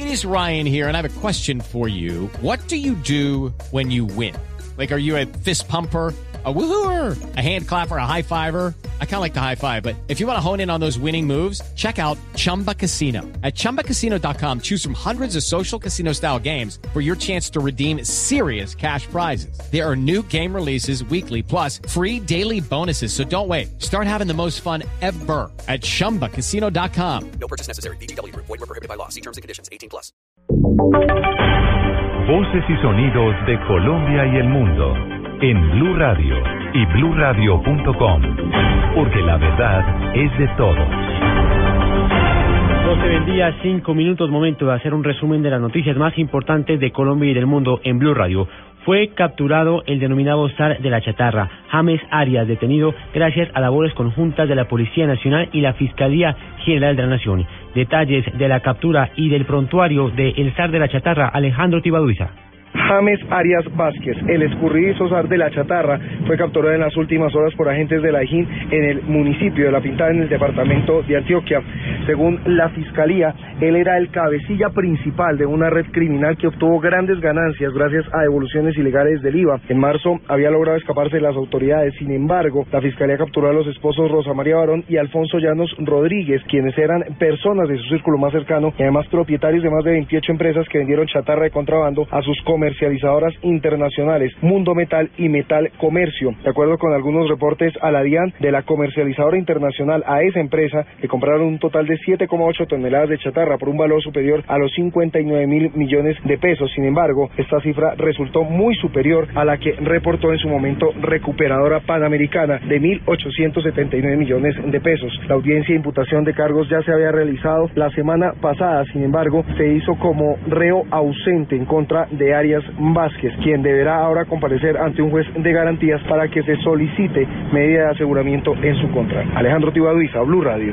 It is Ryan here, and I have a question for you. What do you do when you win? Like, are you a fist pumper, a woohooer, a hand clapper, a high fiver? I kind of like the high five, but if you want to hone in on those winning moves, check out Chumba Casino. At ChumbaCasino.com, choose from hundreds of social casino-style games for your chance to redeem serious cash prizes. There are new game releases weekly, plus free daily bonuses, so don't wait. Start having the most fun ever at ChumbaCasino.com. No purchase necessary. VGW Group. Void where prohibited by law. See terms and conditions. 18+. Voces y sonidos de Colombia y el mundo en Blue Radio y BlueRadio.com, porque la verdad es de todos. 12 del día, 5 minutos, momento de hacer un resumen de las noticias más importantes de Colombia y del mundo en Blue Radio. Fue capturado el denominado zar de la chatarra, James Arias, detenido gracias a labores conjuntas de la Policía Nacional y la Fiscalía General de la Nación. Detalles de la captura y del prontuario de el zar de la chatarra, Alejandro Tibaduiza. James Arias Vázquez, el escurridizo zar de la chatarra, fue capturado en las últimas horas por agentes de la IJIN en el municipio de La Pintada, en el departamento de Antioquia. Según la Fiscalía, él era el cabecilla principal de una red criminal que obtuvo grandes ganancias gracias a devoluciones ilegales del IVA. En marzo había logrado escaparse de las autoridades. Sin embargo, la Fiscalía capturó a los esposos Rosa María Barón y Alfonso Llanos Rodríguez, quienes eran personas de su círculo más cercano y además propietarios de más de 28 empresas que vendieron chatarra de contrabando a sus comercializadoras internacionales, Mundo Metal y Metal Comercio. De acuerdo con algunos reportes a la DIAN, de la comercializadora internacional a esa empresa, le compraron un total de 7,8 toneladas de chatarra por un valor superior a los 59.000 millones de pesos. Sin embargo, esta cifra resultó muy superior a la que reportó en su momento Recuperadora Panamericana, de 1.879 millones de pesos. La audiencia de imputación de cargos ya se había realizado la semana pasada. Sin embargo, se hizo como reo ausente en contra de Arias Vázquez, quien deberá ahora comparecer ante un juez de garantías para que se solicite medida de aseguramiento en su contra. Alejandro Tibaduiza, Blue Radio.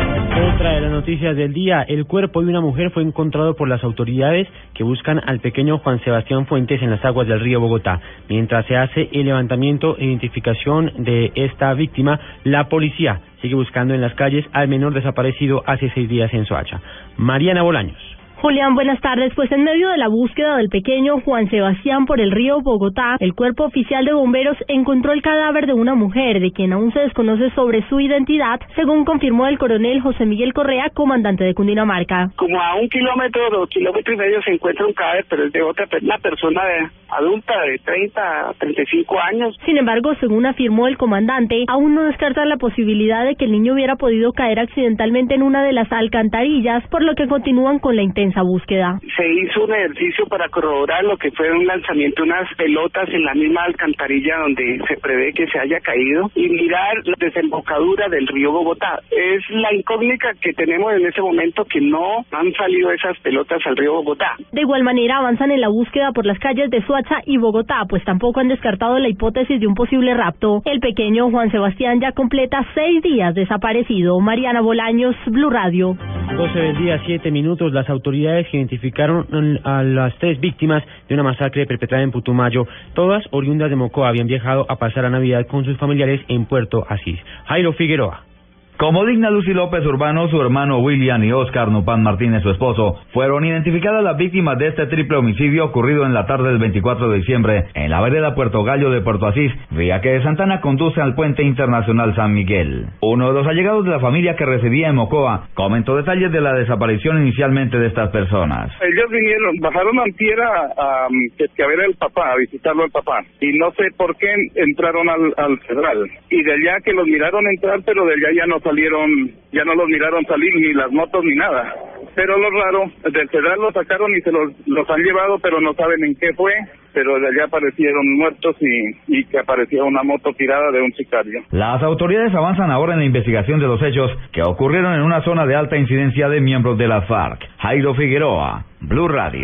Otra de las noticias del día: el cuerpo de una mujer fue encontrado por las autoridades que buscan al pequeño Juan Sebastián Fuentes en las aguas del río Bogotá. Mientras se hace el levantamiento e identificación de esta víctima, la policía sigue buscando en las calles al menor desaparecido hace 6 días en Soacha. Mariana Bolaños. Julián, buenas tardes. Pues en medio de la búsqueda del pequeño Juan Sebastián por el río Bogotá, el Cuerpo Oficial de Bomberos encontró el cadáver de una mujer, de quien aún se desconoce sobre su identidad, según confirmó el coronel José Miguel Correa, comandante de Cundinamarca. Como a 1 kilómetro o 1,5 kilómetros se encuentra un cadáver, pero es de una persona adulta de 30 a 35 años. Sin embargo, según afirmó el comandante, aún no descarta la posibilidad de que el niño hubiera podido caer accidentalmente en una de las alcantarillas, por lo que continúan con la intensa búsqueda. Se hizo un ejercicio para corroborar lo que fue un lanzamiento de unas pelotas en la misma alcantarilla donde se prevé que se haya caído y mirar la desembocadura del río Bogotá. Es la incógnita que tenemos en ese momento, que no han salido esas pelotas al río Bogotá. De igual manera avanzan en la búsqueda por las calles de Soacha y Bogotá, pues tampoco han descartado la hipótesis de un posible rapto. El pequeño Juan Sebastián ya completa 6 días desaparecido. Mariana Bolaños, Blue Radio. 12 del día, 7 minutos. Las autoridades identificaron a las 3 víctimas de una masacre perpetrada en Putumayo. Todas oriundas de Mocoa, habían viajado a pasar la Navidad con sus familiares en Puerto Asís. Jairo Figueroa. Como digna Lucy López Urbano, su hermano William y Oscar Nupán Martínez, su esposo, fueron identificadas las víctimas de este triple homicidio ocurrido en la tarde del 24 de diciembre en la vereda Puerto Gallo de Puerto Asís, vía que de Santana conduce al puente internacional San Miguel. Uno de los allegados de la familia que residía en Mocoa comentó detalles de la desaparición inicialmente de estas personas. Ellos bajaron antier a ver al papá, a visitarlo al papá, y no sé por qué entraron al Cedral, y de allá que los miraron entrar, pero de allá ya no los miraron salir, ni las motos ni nada. Pero lo raro, del Cedral los sacaron y se los han llevado, pero no saben en qué fue, pero de allá aparecieron muertos y que aparecía una moto tirada de un sicario. Las autoridades avanzan ahora en la investigación de los hechos que ocurrieron en una zona de alta incidencia de miembros de la FARC. Jairo Figueroa, Blue Radio.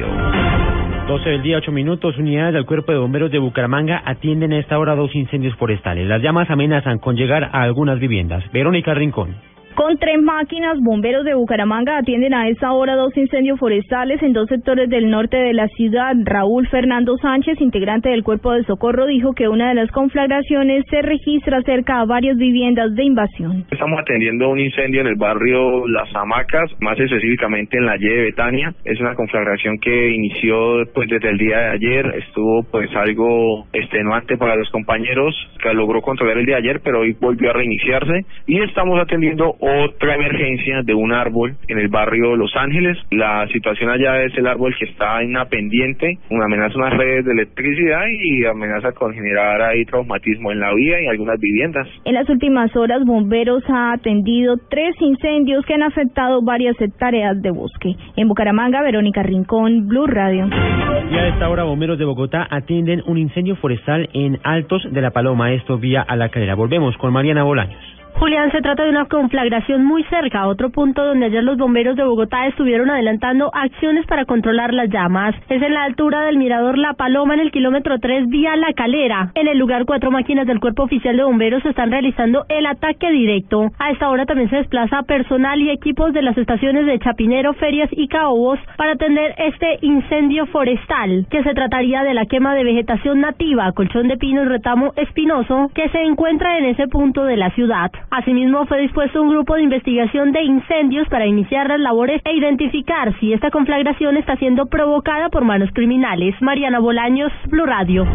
12 del día, 8 minutos. Unidades del Cuerpo de Bomberos de Bucaramanga atienden a esta hora 2 incendios forestales. Las llamas amenazan con llegar a algunas viviendas. Verónica Rincón. Con 3 máquinas, bomberos de Bucaramanga atienden a esta hora 2 incendios forestales en 2 sectores del norte de la ciudad. Raúl Fernando Sánchez, integrante del Cuerpo de Socorro, dijo que una de las conflagraciones se registra cerca a varias viviendas de Invasión. Estamos atendiendo un incendio en el barrio Las Hamacas, más específicamente en la Y de Betania. Es una conflagración que inició desde el día de ayer. Estuvo algo extenuante para los compañeros, que logró controlar el día de ayer, pero hoy volvió a reiniciarse. Y estamos atendiendo otra emergencia de un árbol en el barrio Los Ángeles. La situación allá es el árbol que está en una pendiente, amenaza unas redes de electricidad y amenaza con generar ahí traumatismo en la vía y algunas viviendas. En las últimas horas, bomberos ha atendido 3 incendios que han afectado varias hectáreas de bosque. En Bucaramanga, Verónica Rincón, Blue Radio. Y a esta hora, bomberos de Bogotá atienden un incendio forestal en Altos de la Paloma, esto vía a La Calera. Volvemos con Mariana Bolaños. Julián, se trata de una conflagración muy cerca a otro punto donde ayer los bomberos de Bogotá estuvieron adelantando acciones para controlar las llamas. Es en la altura del mirador La Paloma, en el kilómetro 3 vía La Calera. En el lugar, 4 máquinas del Cuerpo Oficial de Bomberos están realizando el ataque directo. A esta hora también se desplaza personal y equipos de las estaciones de Chapinero, Ferias y Caobos para atender este incendio forestal, que se trataría de la quema de vegetación nativa, colchón de pino y retamo espinoso, que se encuentra en ese punto de la ciudad. Asimismo, fue dispuesto un grupo de investigación de incendios para iniciar las labores e identificar si esta conflagración está siendo provocada por manos criminales. Mariana Bolaños, Blue Radio.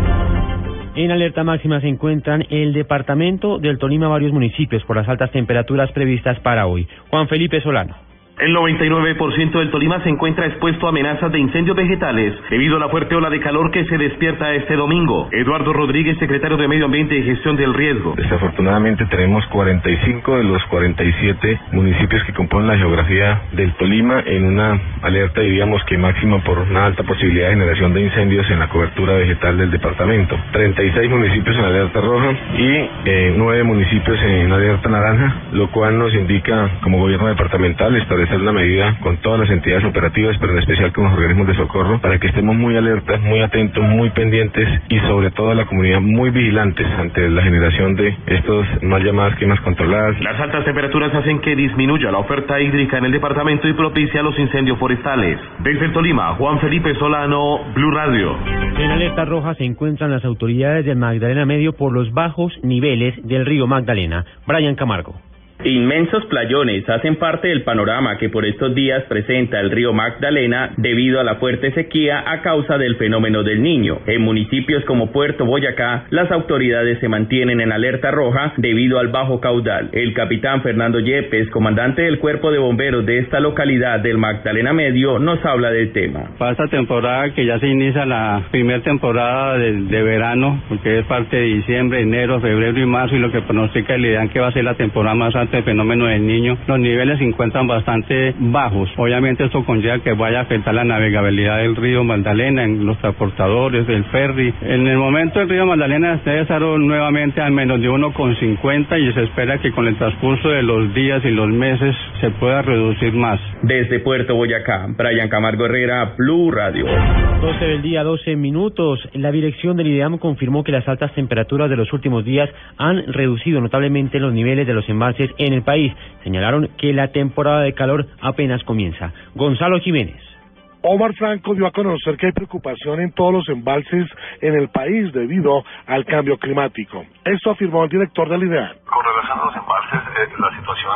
En alerta máxima se encuentran el departamento del Tolima, varios municipios, por las altas temperaturas previstas para hoy. Juan Felipe Solano. El 99% del Tolima se encuentra expuesto a amenazas de incendios vegetales debido a la fuerte ola de calor que se despierta este domingo. Eduardo Rodríguez, secretario de Medio Ambiente y Gestión del Riesgo. Desafortunadamente tenemos 45 de los 47 municipios que componen la geografía del Tolima en una alerta, diríamos que máxima, por una alta posibilidad de generación de incendios en la cobertura vegetal del departamento. 36 municipios en alerta roja y 9 municipios en alerta naranja, lo cual nos indica como gobierno departamental establecer una medida con todas las entidades operativas, pero en especial con los organismos de socorro, para que estemos muy alertas, muy atentos, muy pendientes y sobre todo la comunidad muy vigilantes ante la generación de estos mal llamadas quemas controladas. Las altas temperaturas hacen que disminuya la oferta hídrica en el departamento y propicia los incendios forestales. Desde el Tolima, Juan Felipe Solano, Blue Radio. En alerta roja se encuentran las autoridades del Magdalena Medio por los bajos niveles del río Magdalena. Brian Camargo. Inmensos playones hacen parte del panorama que por estos días presenta el río Magdalena debido a la fuerte sequía a causa del fenómeno del Niño. En municipios como Puerto Boyacá, las autoridades se mantienen en alerta roja debido al bajo caudal. El capitán Fernando Yepes, comandante del Cuerpo de Bomberos de esta localidad del Magdalena Medio, nos habla del tema. Para esta temporada, que ya se inicia la primera temporada de verano, porque es parte de diciembre, enero, febrero y marzo, y lo que pronostica el IDEAN que va a ser la temporada más alta el fenómeno del Niño, los niveles se encuentran bastante bajos. Obviamente esto conlleva que vaya a afectar la navegabilidad del río Magdalena, en los transportadores, del ferry. En el momento el río Magdalena está desarrollado nuevamente a menos de 1,50 y se espera que con el transcurso de los días y los meses se pueda reducir más. Desde Puerto Boyacá, Brian Camargo Herrera, Blue Radio. 12 del día, 12 minutos. La dirección del IDEAM confirmó que las altas temperaturas de los últimos días han reducido notablemente los niveles de los embalses en el país. Señalaron que la temporada de calor apenas comienza. Gonzalo Jiménez. Omar Franco dio a conocer que hay preocupación en todos los embalses en el país debido al cambio climático. Esto afirmó el director del IDEAM. Con relación a los embalses, la situación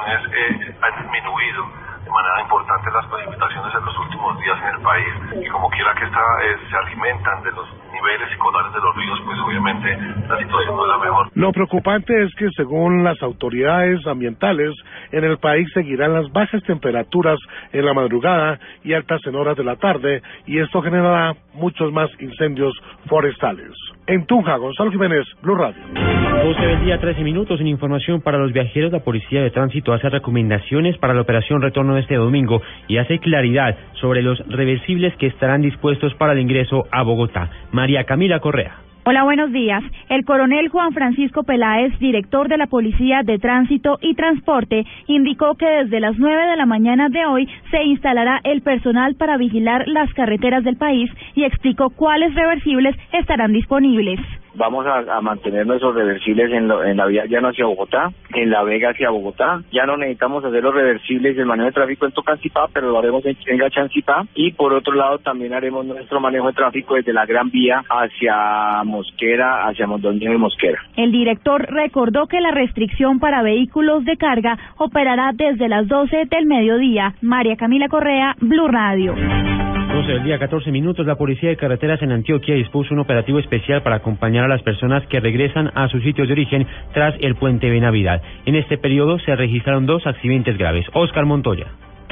ha disminuido de manera importante las precipitaciones en los últimos días en el país, y como quiera que se alimentan de los niveles secundarios de los ríos, pues obviamente la situación no es la mejor. Lo preocupante es que según las autoridades ambientales, en el país seguirán las bajas temperaturas en la madrugada y altas en horas de la tarde, y esto generará muchos más incendios forestales. En Tunja, Gonzalo Jiménez, Blue Radio. 12 del día, 13 minutos. En información para los viajeros, la Policía de Tránsito hace recomendaciones para la operación retorno de este domingo y hace claridad sobre los reversibles que estarán dispuestos para el ingreso a Bogotá. María Camila Correa. Hola, buenos días. El coronel Juan Francisco Peláez, director de la Policía de Tránsito y Transporte, indicó que desde las 9 de la mañana de hoy se instalará el personal para vigilar las carreteras del país y explicó cuáles reversibles estarán disponibles. vamos a mantener nuestros reversibles en la vía llano hacia Bogotá, en La Vega hacia Bogotá. Ya no necesitamos hacer los reversibles del manejo de tráfico en Tocancipá, pero lo haremos en Gachancipá. Y por otro lado también haremos nuestro manejo de tráfico desde la Gran Vía hacia Mosquera, hacia Mondoñedo y Mosquera. El director recordó que la restricción para vehículos de carga operará desde las 12 del mediodía. María Camila Correa, Blue Radio. 12 del día, 14 minutos. La Policía de Carreteras en Antioquia dispuso un operativo especial para acompañar a las personas que regresan a sus sitios de origen tras el puente de Navidad. En este periodo se registraron 2 accidentes graves. Oscar Montoya.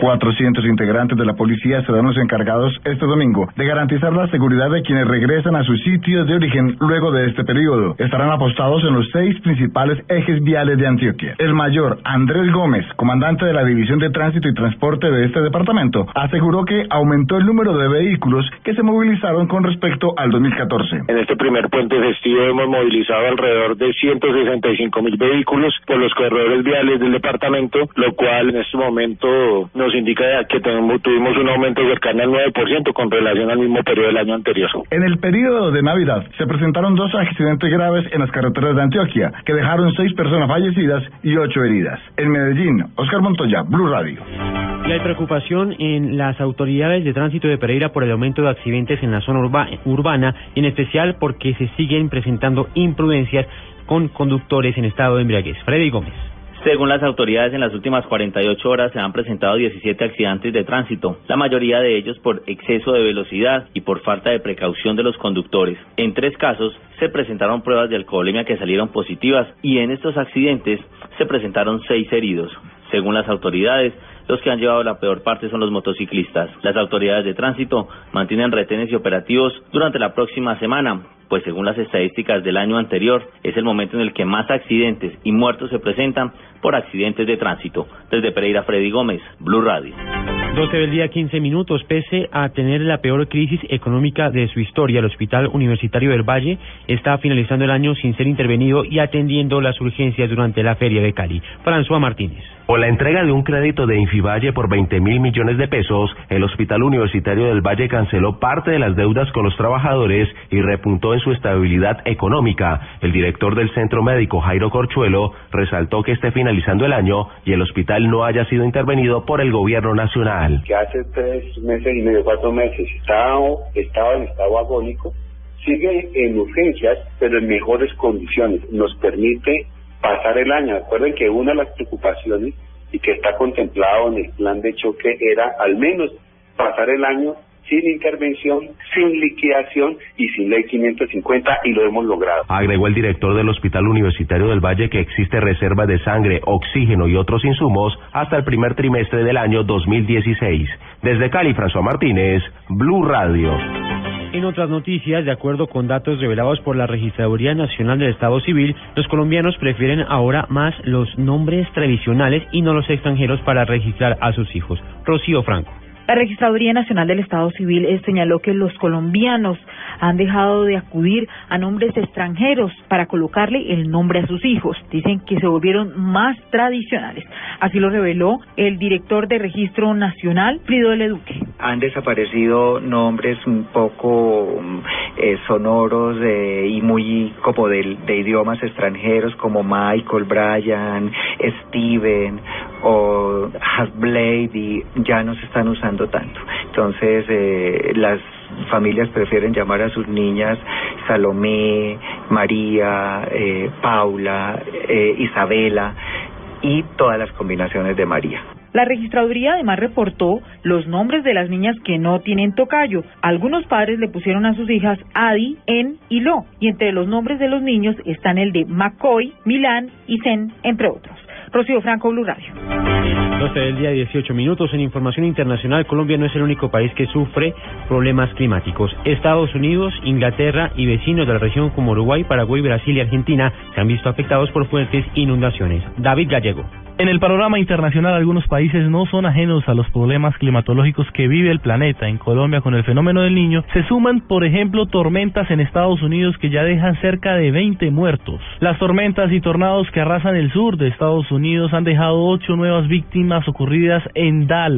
400 integrantes de la policía serán los encargados este domingo de garantizar la seguridad de quienes regresan a sus sitios de origen luego de este periodo. Estarán apostados en los 6 principales ejes viales de Antioquia. El mayor Andrés Gómez, comandante de la División de Tránsito y Transporte de este departamento, aseguró que aumentó el número de vehículos que se movilizaron con respecto al 2014. En este primer puente festivo hemos movilizado alrededor de 165.000 vehículos por los corredores viales del departamento, lo cual en este momento nos indica que tuvimos un aumento cercano al 9% con relación al mismo periodo del año anterior. En el periodo de Navidad se presentaron 2 accidentes graves en las carreteras de Antioquia, que dejaron 6 personas fallecidas y 8 heridas. En Medellín, Oscar Montoya, Blue Radio. Y hay preocupación en las autoridades de tránsito de Pereira por el aumento de accidentes en la zona urbana, y en especial porque se siguen presentando imprudencias con conductores en estado de embriaguez. Freddy Gómez. Según las autoridades, en las últimas 48 horas se han presentado 17 accidentes de tránsito, la mayoría de ellos por exceso de velocidad y por falta de precaución de los conductores. En 3 casos se presentaron pruebas de alcoholemia que salieron positivas y en estos accidentes se presentaron 6 heridos. Según las autoridades, los que han llevado la peor parte son los motociclistas. Las autoridades de tránsito mantienen retenes y operativos durante la próxima semana, pues según las estadísticas del año anterior, es el momento en el que más accidentes y muertos se presentan por accidentes de tránsito. Desde Pereira, Freddy Gómez, Blue Radio. 12 del día, 15 minutos. Pese a tener la peor crisis económica de su historia, el Hospital Universitario del Valle está finalizando el año sin ser intervenido y atendiendo las urgencias durante la Feria de Cali. François Martínez. Con la entrega de un crédito de Infivalle por 20.000 millones de pesos, el Hospital Universitario del Valle canceló parte de las deudas con los trabajadores y repuntó en su estabilidad económica. El director del centro médico, Jairo Corchuelo, resaltó que esté finalizando el año y el hospital no haya sido intervenido por el gobierno nacional. Que hace 3 meses y medio, 4 meses, estaba en estado agónico, sigue en urgencias, pero en mejores condiciones. Nos permite pasar el año. Recuerden que una de las preocupaciones y que está contemplado en el plan de choque era al menos pasar el año sin intervención, sin liquidación y sin ley 550, y lo hemos logrado. Agregó el director del Hospital Universitario del Valle que existe reserva de sangre, oxígeno y otros insumos hasta el primer trimestre del año 2016. Desde Cali, François Martínez, Blue Radio. En otras noticias, de acuerdo con datos revelados por la Registraduría Nacional del Estado Civil, los colombianos prefieren ahora más los nombres tradicionales y no los extranjeros para registrar a sus hijos. Rocío Franco. La Registraduría Nacional del Estado Civil señaló que los colombianos han dejado de acudir a nombres extranjeros para colocarle el nombre a sus hijos. Dicen que se volvieron más tradicionales. Así lo reveló el director de Registro Nacional, Frido Leduque. Han desaparecido nombres un poco sonoros y muy como de idiomas extranjeros como Michael, Brian, Steven o Hasblade, y ya no se están usando tanto. Entonces las familias prefieren llamar a sus niñas Salomé, María, Paula, Isabela y todas las combinaciones de María. La registraduría además reportó los nombres de las niñas que no tienen tocayo. Algunos padres le pusieron a sus hijas Adi, En y Lo, y entre los nombres de los niños están el de McCoy, Milán y Zen, entre otros. Rocío Franco, Blue Radio. 12 del día, 18 minutos. En información internacional, Colombia no es el único país que sufre problemas climáticos. Estados Unidos, Inglaterra y vecinos de la región como Uruguay, Paraguay, Brasil y Argentina se han visto afectados por fuertes inundaciones. David Gallego. En el panorama internacional, algunos países no son ajenos a los problemas climatológicos que vive el planeta. En Colombia, con el fenómeno del Niño, se suman, por ejemplo, tormentas en Estados Unidos que ya dejan cerca de 20 muertos. Las tormentas y tornados que arrasan el sur de Estados Unidos han dejado 8 nuevas víctimas ocurridas en Dallas.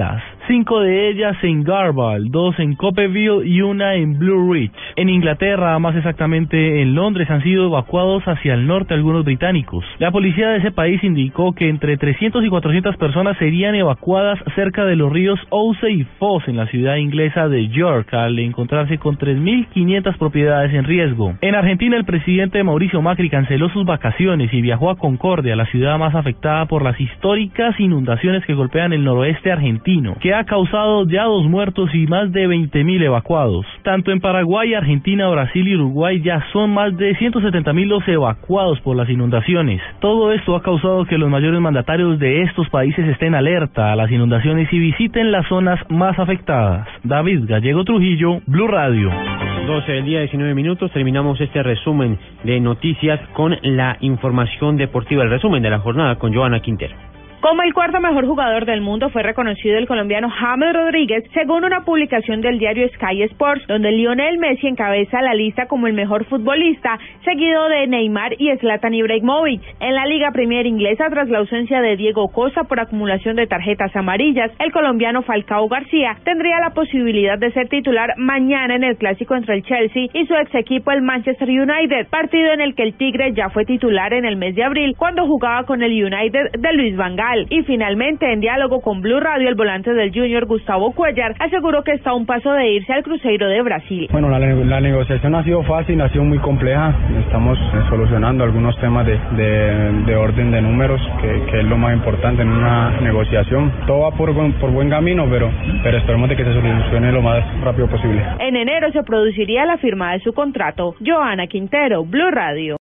5 de ellas en Garval, 2 en Coppeville y una en Blue Ridge. En Inglaterra, más exactamente en Londres, han sido evacuados hacia el norte algunos británicos. La policía de ese país indicó que entre 300 y 400 personas serían evacuadas cerca de los ríos Ouse y Foss en la ciudad inglesa de York, al encontrarse con 3.500 propiedades en riesgo. En Argentina, el presidente Mauricio Macri canceló sus vacaciones y viajó a Concordia, la ciudad más afectada por las históricas inundaciones que golpean el noroeste argentino, que ha causado ya 2 muertos y más de 20.000 evacuados. Tanto en Paraguay, Argentina, Brasil y Uruguay ya son más de 170.000 los evacuados por las inundaciones. Todo esto ha causado que los mayores mandatarios de estos países estén alerta a las inundaciones y visiten las zonas más afectadas. David Gallego Trujillo, Blue Radio. 12 del día, 19 minutos. Terminamos este resumen de noticias con la información deportiva, el resumen de la jornada con Joana Quintero. Como el cuarto mejor jugador del mundo fue reconocido el colombiano James Rodríguez, según una publicación del diario Sky Sports, donde Lionel Messi encabeza la lista como el mejor futbolista, seguido de Neymar y Zlatan Ibrahimovic. En la Liga Premier inglesa, tras la ausencia de Diego Costa por acumulación de tarjetas amarillas, el colombiano Falcao García tendría la posibilidad de ser titular mañana en el clásico entre el Chelsea y su ex equipo el Manchester United, partido en el que el Tigre ya fue titular en el mes de abril cuando jugaba con el United de Luis Van Gaal. Y finalmente, en diálogo con Blue Radio, el volante del Junior, Gustavo Cuellar, aseguró que está a un paso de irse al Cruzeiro de Brasil. Bueno, la negociación ha sido fácil, ha sido muy compleja. Estamos solucionando algunos temas de orden de números, que es lo más importante en una negociación. Todo va por buen camino, pero esperemos de que se solucione lo más rápido posible. En enero se produciría la firma de su contrato. Joana Quintero, Blue Radio.